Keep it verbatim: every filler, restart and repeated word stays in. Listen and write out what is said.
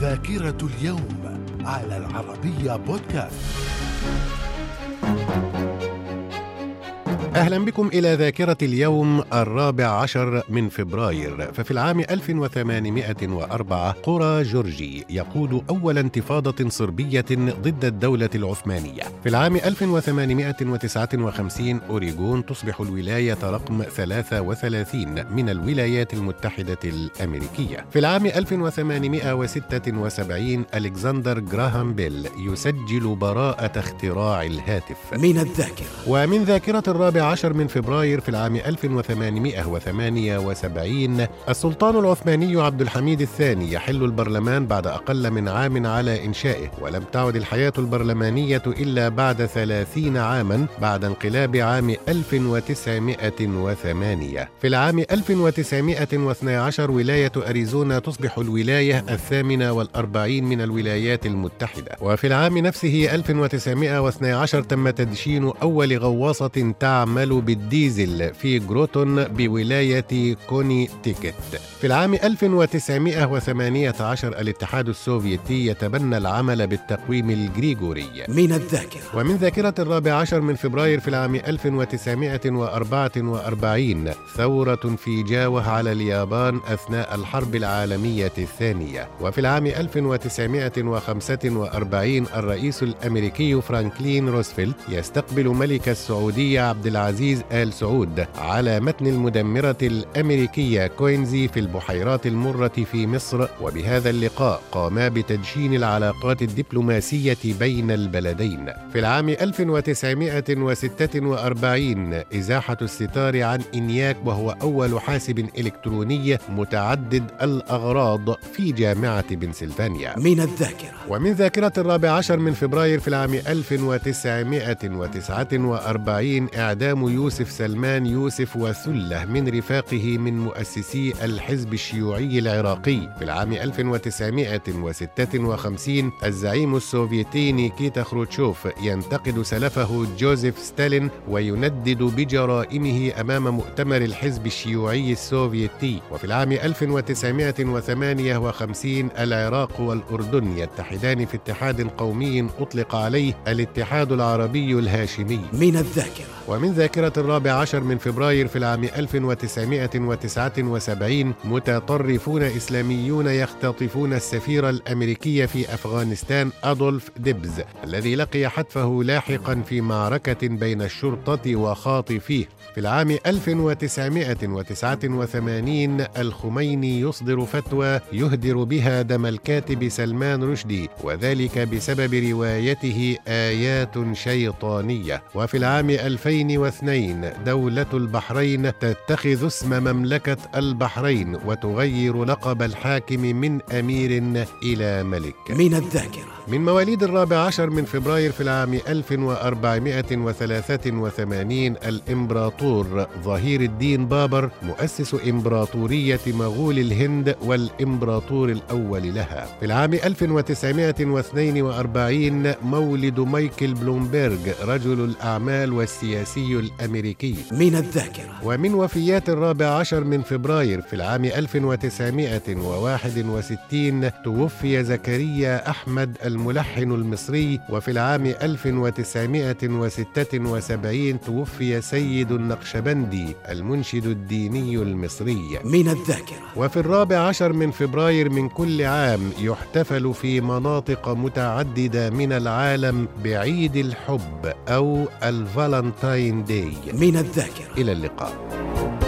ذاكرة اليوم على العربية بودكاست. أهلا بكم إلى ذاكرة اليوم الرابع عشر من فبراير. ففي العام ألف وثمانمائة وأربعة قرى جورجي يقود أول انتفاضة صربية ضد الدولة العثمانية. في العام ألف وثمانمائة وتسعة وخمسين أوريغون تصبح الولاية رقم ثلاثة وثلاثين من الولايات المتحدة الأمريكية. في العام ألف وثمانمائة وستة وسبعين ألكسندر غراهام بيل يسجل براءة اختراع الهاتف. من الذاكرة. ومن ذاكرة الرابع عشر من فبراير في العام ألف وثمانمائة وثمانية وسبعين السلطان العثماني عبد الحميد الثاني يحل البرلمان بعد أقل من عام على إنشائه، ولم تعد الحياة البرلمانية إلا بعد ثلاثين عاما بعد انقلاب عام ألف وتسعمائة وثمانية. في العام ألف وتسعمائة واثني عشر ولاية أريزونا تصبح الولاية الثامنة والأربعين من الولايات المتحدة. وفي العام نفسه ألف وتسعمائة واثني عشر تم تدشين أول غواصة تعمل بالديزل في جروتون بولاية كونيتيكت. في العام ألف وتسعمائة وثمانية عشر الاتحاد السوفيتي يتبنى العمل بالتقويم الغريغوري. من الذاكرة. ومن ذاكرة الرابع عشر من فبراير في العام ألف وتسعمائة وأربعة وأربعين ثورة في جاوة على اليابان أثناء الحرب العالمية الثانية. وفي العام ألف وتسعمائة وخمسة وأربعين الرئيس الأمريكي فرانكلين روزفلت يستقبل ملك السعودية عبد العزيز آل سعود على متن المدمرة الأمريكية كوينزي في البحيرات المرة في مصر، وبهذا اللقاء قاما بتدشين العلاقات الدبلوماسية بين البلدين. في العام ألف وتسعمائة وستة وأربعين إزاحة الستار عن إنياك، وهو أول حاسب إلكتروني متعدد الأغراض في جامعة بنسلفانيا. من الذاكرة. ومن ذاكرة الرابع عشر من فبراير في العام ألف وتسعمائة وتسعة وأربعين إعدام يوسف سلمان يوسف وثلة من رفاقه من مؤسسي الحزب الشيوعي العراقي. في العام ألف وتسعمائة وستة وخمسين الزعيم السوفيتي نيكيتا خروتشوف ينتقد سلفه جوزيف ستالين ويندد بجرائمه أمام مؤتمر الحزب الشيوعي السوفيتي. وفي العام ألف وتسعمائة وثمانية وخمسين العراق والأردن يتحدان في اتحاد قومي أطلق عليه الاتحاد العربي الهاشمي. من الذاكرة. ومن ذاكرة الرابع عشر من فبراير في العام ألف وتسعمائة وتسعة وسبعين متطرفون إسلاميون يختطفون السفير الأمريكي في أفغانستان أدولف ديبز الذي لقي حتفه لاحقا في معركة بين الشرطة وخاطفيه. في العام ألف وتسعمائة وتسعة وثمانين الخميني يصدر فتوى يهدر بها دم الكاتب سلمان رشدي، وذلك بسبب روايته آيات شيطانية. وفي العام ألفين واثنين دولة البحرين تتخذ اسم مملكة البحرين وتغير لقب الحاكم من أمير إلى ملك. من الذاكرة. من مواليد الرابع عشر من فبراير في العام ألف وأربعمائة وثلاثة وثمانين الإمبراطور ظهير الدين بابر مؤسس إمبراطورية مغول الهند والإمبراطور الأول لها. في العام ألف وتسعمائة واثنين وأربعين مولد مايكل بلومبيرغ رجل الأعمال والسياسي الأمريكي. من الذاكرة. ومن وفيات الرابع عشر من فبراير في العام ألف وتسعمائة وواحد وستين توفي زكريا أحمد الملحن المصري. وفي العام ألف وتسعمائة وستة وسبعين توفي سيد النقشبندي المنشد الديني المصري. من الذاكرة. وفي الرابع عشر من فبراير من كل عام يحتفل في مناطق متعددة من العالم بعيد الحب أو الفالنتاين داي. من الذاكرة. إلى اللقاء.